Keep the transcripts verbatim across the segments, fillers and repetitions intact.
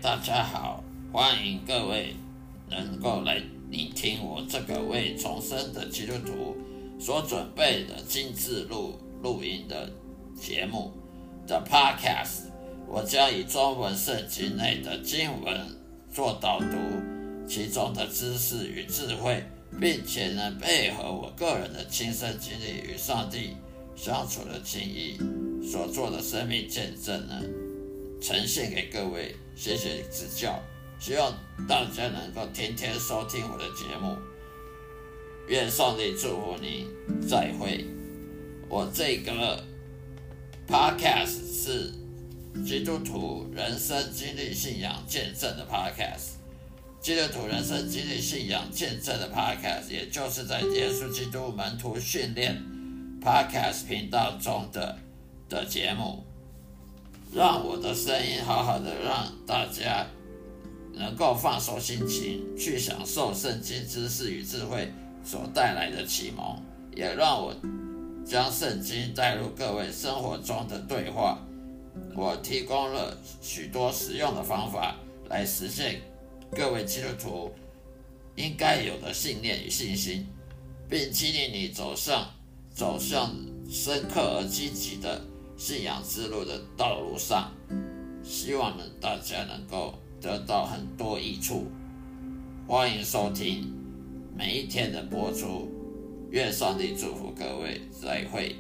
大家好，欢迎各位能够来聆听我这个为重生的基督徒所准备的精致录录音的节目的 Podcast。 我将以中文圣经内的经文做导读，其中的知识与智慧，并且能配合我个人的亲身经历与上帝相处的经历所做的生命见证呢，呈现给各位，谢谢指教。希望大家能够天天收听我的节目，愿上帝祝福你，再会。我这个 podcast 是基督徒人生经历信仰见证的 podcast， 基督徒人生经历信仰见证的 podcast， 也就是在耶稣基督门徒训练 podcast 频道中的的节目，让我的声音好好的让大家能够放松心情，去享受圣经知识与智慧所带来的启蒙，也让我将圣经带入各位生活中的对话。我提供了许多实用的方法来实现各位基督徒应该有的信念与信心，并激励你走上走向深刻而积极的信仰之路的道路上。希望呢大家能够得到很多益处。欢迎收听每一天的播出，愿上帝祝福各位，再会。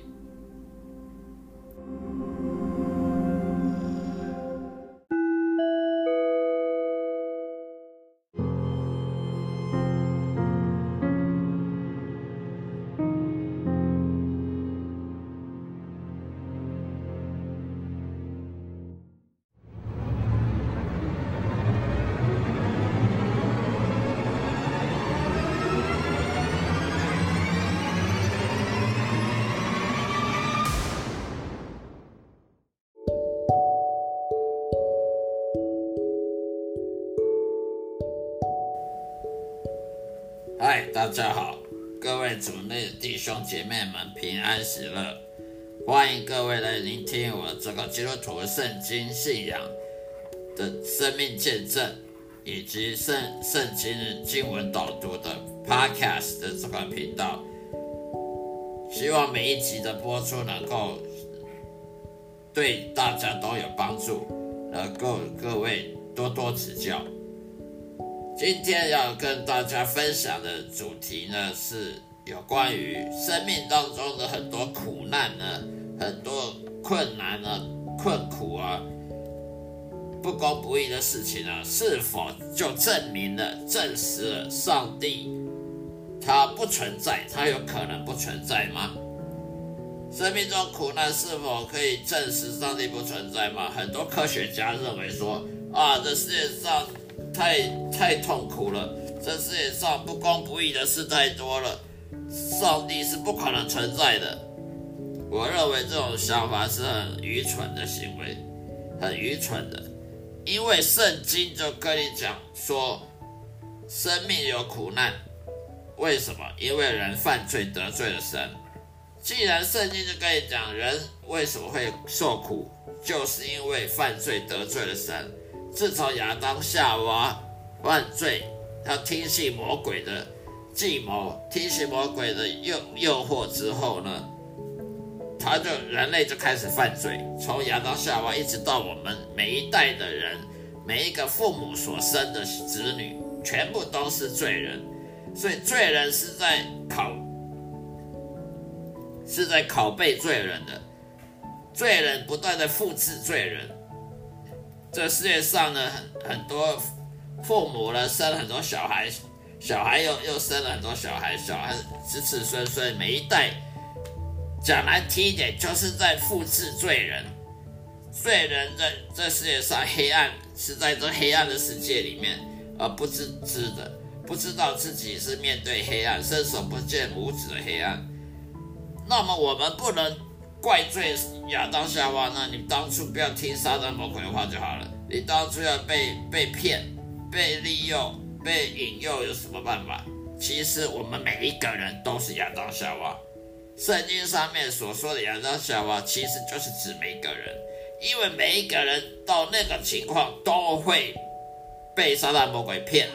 嗨，大家好，各位主内的弟兄姐妹们平安喜乐，欢迎各位来聆听我这个基督徒圣经信仰的生命见证，以及圣圣经经文导读的 Podcast 的这个频道。希望每一集的播出能够对大家都有帮助，能够各位多多指教。今天要跟大家分享的主题呢，是有关于生命当中的很多苦难呢，很多困难呢、困苦啊、不公不义的事情呢，是否就证明了、证实了上帝他不存在？他有可能不存在吗？生命中苦难是否可以证实上帝不存在吗？很多科学家认为说，啊，这世界上太太痛苦了，这世界上不公不义的事太多了，上帝是不可能存在的。我认为这种想法是很愚蠢的行为，很愚蠢的，因为圣经就跟你讲说，生命有苦难，为什么？因为人犯罪得罪了神。既然圣经就跟你讲人为什么会受苦，就是因为犯罪得罪了神。自从亚当夏娃犯罪，他听信魔鬼的计谋，听信魔鬼的诱诱惑之后呢，他就人类就开始犯罪。从亚当夏娃一直到我们每一代的人，每一个父母所生的子女，全部都是罪人。所以罪人是在拷是在拷贝罪人的，罪人不断的复制罪人。这世界上呢，很很多父母呢生了很多小孩，小孩又又生了很多小孩，小孩子子孙孙，每一代讲难听一点，就是在复制罪人。罪人在这世界上黑暗，是在这黑暗的世界里面而不自知的，不知道自己是面对黑暗，伸手不见五指的黑暗。那么我们不能怪罪亚当夏娃呢？你当初不要听撒旦魔鬼的话就好了。你当初要被被骗、被利用、被引诱，有什么办法？其实我们每一个人都是亚当夏娃。圣经上面所说的亚当夏娃，其实就是指每一个人，因为每一个人到那个情况都会被撒旦魔鬼骗。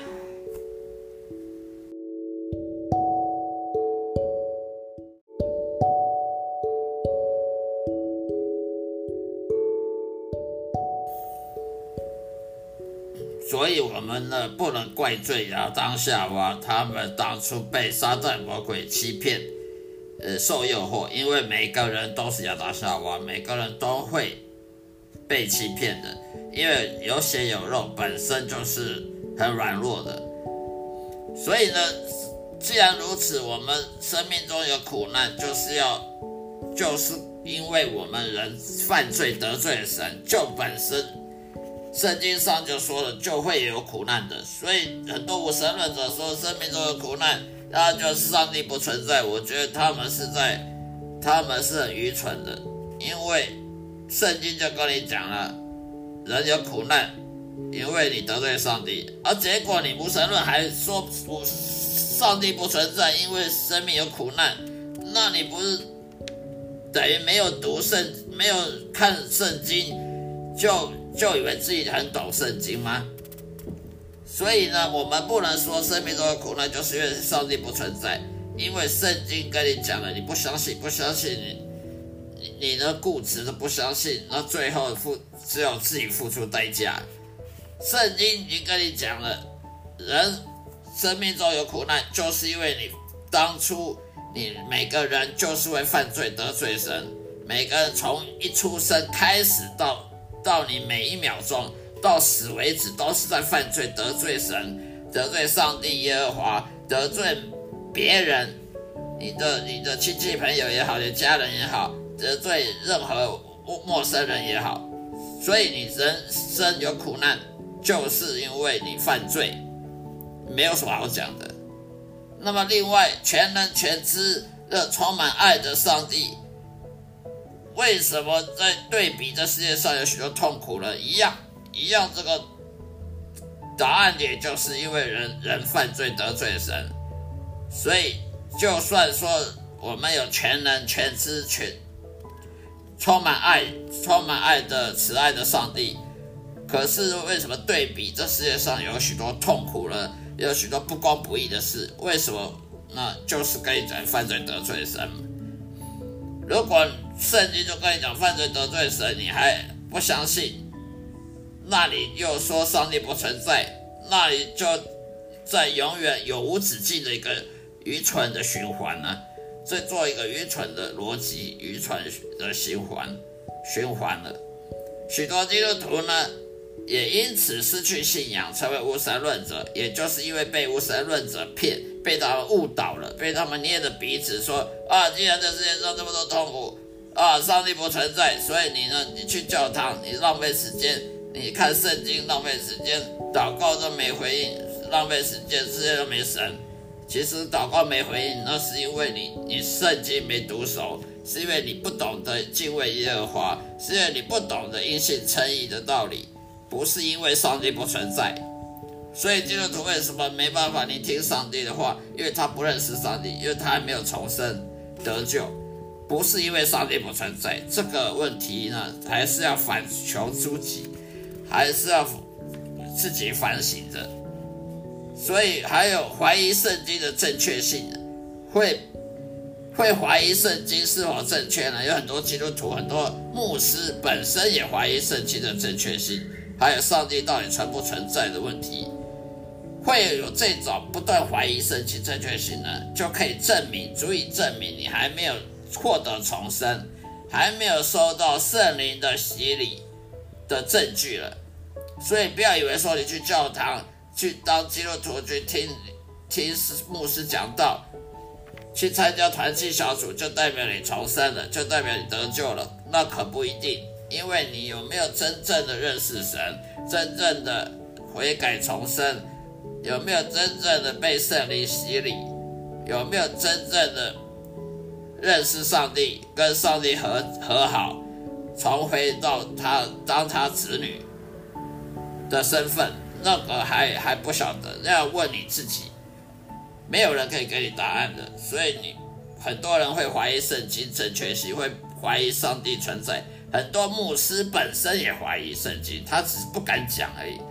所以我们呢，不能怪罪亚当夏娃他们当初被撒旦魔鬼欺骗，呃，受诱惑，因为每个人都是亚当夏娃，每个人都会被欺骗的，因为有血有肉，本身就是很软弱的。所以呢，既然如此，我们生命中有苦难，就是要，就是因为我们人犯罪得罪神，就本身。圣经上就说了，就会有苦难的，所以很多无神论者说生命中有苦难，那就是上帝不存在。我觉得他们是在，他们是很愚蠢的，因为圣经就跟你讲了，人有苦难，因为你得罪上帝，而结果你无神论还说上帝不存在，因为生命有苦难，那你不是等于没有读圣，没有看圣经就。就以为自己很懂圣经吗？所以呢，我们不能说生命中的苦难就是因为上帝不存在，因为圣经跟你讲了，你不相信，不相信你，你你呢固执的不相信，那最后付只有自己付出代价。圣经已经跟你讲了，人生命中有苦难，就是因为你当初你每个人就是会犯罪得罪神，每个人从一出生开始到。到你每一秒钟到死为止都是在犯罪得罪神得罪上帝耶和华得罪别人你的你的亲戚朋友也好你的家人也好得罪任何陌生人也好所以你人生有苦难就是因为你犯罪没有什么好讲的。那么另外全能全知的充满爱的上帝为什么在对比这世界上有许多痛苦呢？一样一样，这个答案也就是因为人人犯罪得罪神，所以就算说我们有全能全知全充满爱充满爱的慈爱的上帝，可是为什么对比这世界上有许多痛苦呢？有许多不公不义的事？为什么？那就是跟你讲犯罪得罪神。如果圣经就跟你讲犯罪得罪神，你还不相信，那你又说上帝不存在，那你就在永远有无止境的一个愚蠢的循环呢、啊？这做一个愚蠢的逻辑，愚蠢的循环循环了。许多基督徒呢，也因此失去信仰，成为无神论者，也就是因为被无神论者骗。被他们误导了，被他们捏着鼻子说啊，既然这世界上这么多痛苦啊，上帝不存在，所以你呢，你去教堂，你浪费时间，你看圣经浪费时间，祷告都没回应，浪费时间，世界都没神。其实祷告没回应，那是因为你你圣经没读熟，是因为你不懂得敬畏耶和华，是因为你不懂得因信称义的道理，不是因为上帝不存在。所以基督徒为什么没办法聆听上帝的话？因为他不认识上帝，因为他还没有重生得救，不是因为上帝不存在。这个问题呢，还是要反求诸己，还是要自己反省的。所以还有怀疑圣经的正确性，会会怀疑圣经是否正确呢？有很多基督徒、很多牧师本身也怀疑圣经的正确性，还有上帝到底存不存在的问题。会有这种不断怀疑圣经正确性呢，就可以证明，足以证明你还没有获得重生，还没有收到圣灵的洗礼的证据了。所以不要以为说你去教堂，去当基督徒，去听听牧师讲道，去参加团契小组，就代表你重生了，就代表你得救了，那可不一定。因为你有没有真正的认识神，真正的悔改重生，有没有真正的被圣灵洗礼，有没有真正的认识上帝，跟上帝 和, 和好，重回到他当他子女的身份，那个还还不晓得，要问你自己，没有人可以给你答案的。所以你很多人会怀疑圣经正确性，会怀疑上帝存在，很多牧师本身也怀疑圣经，他只是不敢讲而已，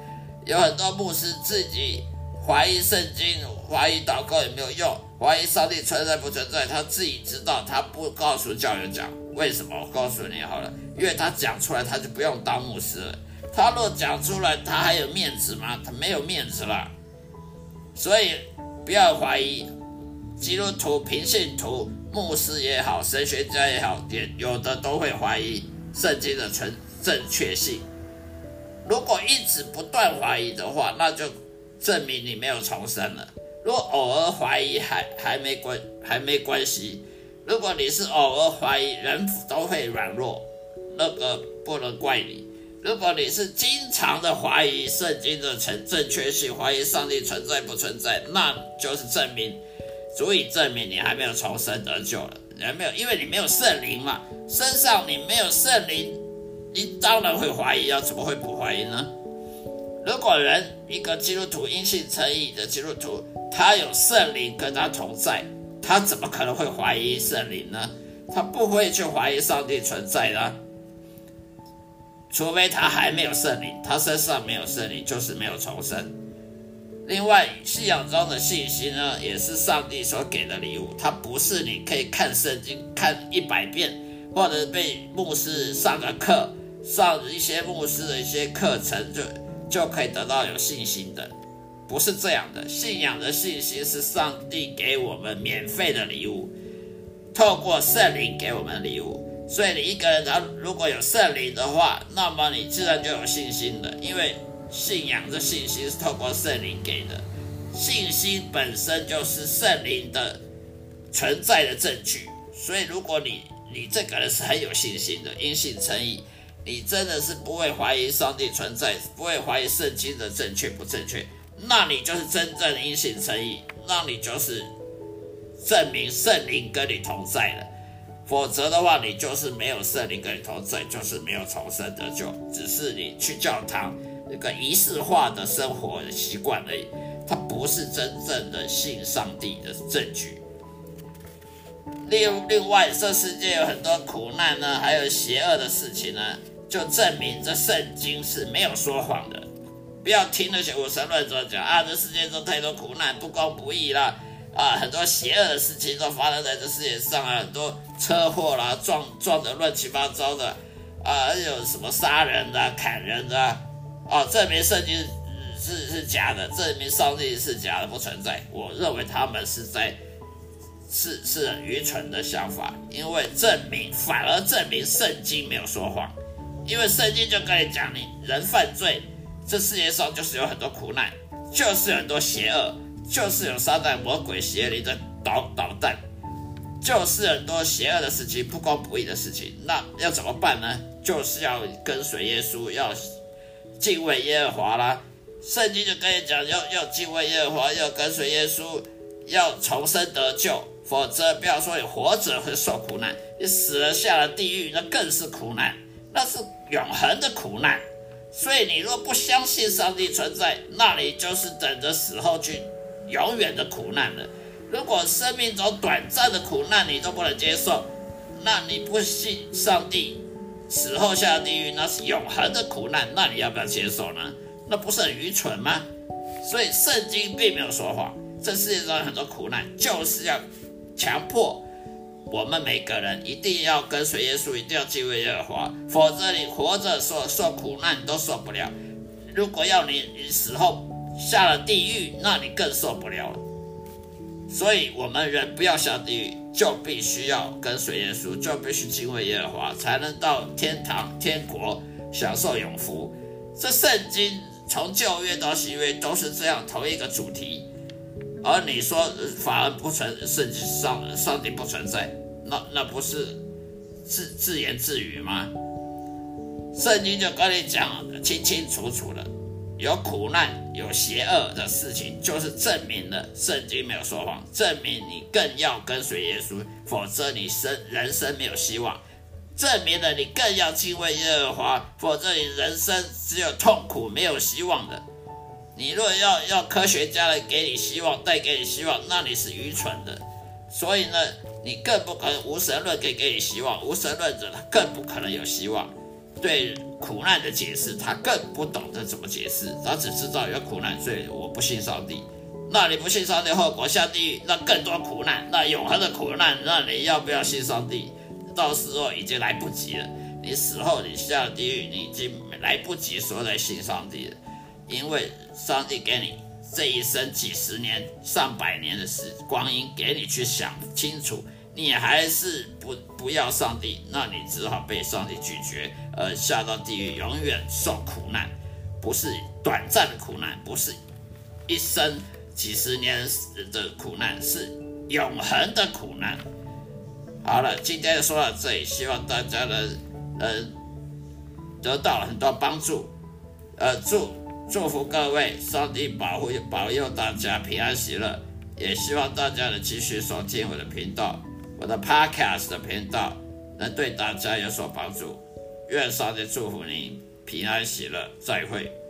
有很多牧师自己怀疑圣经，怀疑祷告有没有用，怀疑上帝存在不存在，他自己知道，他不告诉教友讲。为什么？我告诉你好了，因为他讲出来他就不用当牧师了。他若讲出来，他还有面子吗？他没有面子了。所以不要怀疑基督徒、平信徒、牧师也好，神学家也好，也有的都会怀疑圣经的纯正确性。如果一直不断怀疑的话，那就证明你没有重生了。如果偶尔怀疑还还没关还没关系，如果你是偶尔怀疑，人都会软弱，那个不能怪你。如果你是经常的怀疑圣经的正确性，怀疑上帝存在不存在，那就是证明，足以证明你还没有重生得救了。你还没有，因为你没有圣灵嘛，身上你没有圣灵，你当然会怀疑，要怎么会不怀疑呢？如果人一个基督徒因信称义的基督徒，他有圣灵跟他同在，他怎么可能会怀疑圣灵呢？他不会去怀疑上帝存在的，除非他还没有圣灵，他身上没有圣灵，就是没有重生。另外，信仰中的信心呢，也是上帝所给的礼物，它不是你可以看圣经看一百遍，或者被牧师上个课，上一些牧师的一些课程就就可以得到有信心的，不是这样的。信仰的信心是上帝给我们免费的礼物，透过圣灵给我们的礼物。所以你一个人他如果有圣灵的话，那么你自然就有信心了，因为信仰的信心是透过圣灵给的，信心本身就是圣灵的存在的证据。所以如果你你这个人是很有信心的，因信称义，你真的是不会怀疑上帝存在，不会怀疑圣经的正确不正确，那你就是真正的因信称义，那你就是证明圣灵跟你同在了。否则的话，你就是没有圣灵跟你同在，就是没有重生得救，只是你去教堂一个仪式化的生活的习惯而已，它不是真正的信上帝的证据。另另外，这世界有很多苦难呢，还有邪恶的事情呢，就证明这圣经是没有说谎的。不要听那些无神论者讲啊，这世界中太多苦难，不公不义啦。啊，很多邪恶的事情都发生在这世界上啊，很多车祸啦，撞撞得乱七八糟的啊，有什么杀人的、砍人的啊，证明圣经是是假的，证明上帝是假的，不存在。我认为他们是在是是很愚蠢的想法，因为证明反而证明圣经没有说谎，因为圣经就跟你讲，你人犯罪，这世界上就是有很多苦难，就是有很多邪恶。就是有撒旦魔鬼邪灵的捣捣蛋，就是很多邪恶的事情，不公不义的事情。那要怎么办呢？就是要跟随耶稣，要敬畏耶和华啦。圣经就跟你讲，要要敬畏耶和华，要跟随耶稣，要重生得救。否则，不要说你活着会受苦难，你死了下了地狱，那更是苦难，那是永恒的苦难。所以，你若不相信上帝存在，那你就是等着死后去永远的苦难了。如果生命中短暂的苦难你都不能接受，那你不信上帝，死后下地狱那是永恒的苦难，那你要不要接受呢？那不是很愚蠢吗？所以圣经并没有说谎，这世界上有很多苦难，就是要强迫我们每个人一定要跟随耶稣，一定要敬畏耶和华，否则你活着受受苦难你都受不了。如果要你你死后下了地狱，那你更受不了了。所以我们人不要下地狱，就必须要跟随耶稣，就必须敬畏耶和华，才能到天堂天国享受永福。这圣经从旧约到新约都是这样同一个主题。而你说法而不存，圣经上上帝不存在，那那不是自自言自语吗？圣经就跟你讲清清楚楚的。有苦难有邪恶的事情，就是证明了圣经没有说谎，证明你更要跟随耶稣，否则你生人生没有希望，证明了你更要敬畏耶和华，否则你人生只有痛苦没有希望的。你若要要科学家来给你希望，带给你希望，那你是愚蠢的。所以呢，你更不可能无神论可以给你希望，无神论者更不可能有希望。 对苦难的解释，他更不懂得怎么解释，他只知道有苦难，所以我不信上帝。那你不信上帝，后果下地狱，那更多苦难，那永恒的苦难，那你要不要信上帝？到时候已经来不及了。你死后你下地狱，你已经来不及说来信上帝了，因为上帝给你这一生几十年、上百年的时光阴，给你去想清楚，你还是不不要上帝，那你只好被上帝拒绝，而下到地狱，永远受苦难，不是短暂的苦难，不是一生几十年的苦难，是永恒的苦难。好了，今天就说到这里，希望大家能呃得到很多帮助，呃祝祝福各位，上帝保护保佑大家平安喜乐，也希望大家能继续收听我的频道，我的 Podcast 的频道能对大家有所帮助。愿上帝祝福您平安喜乐，再会。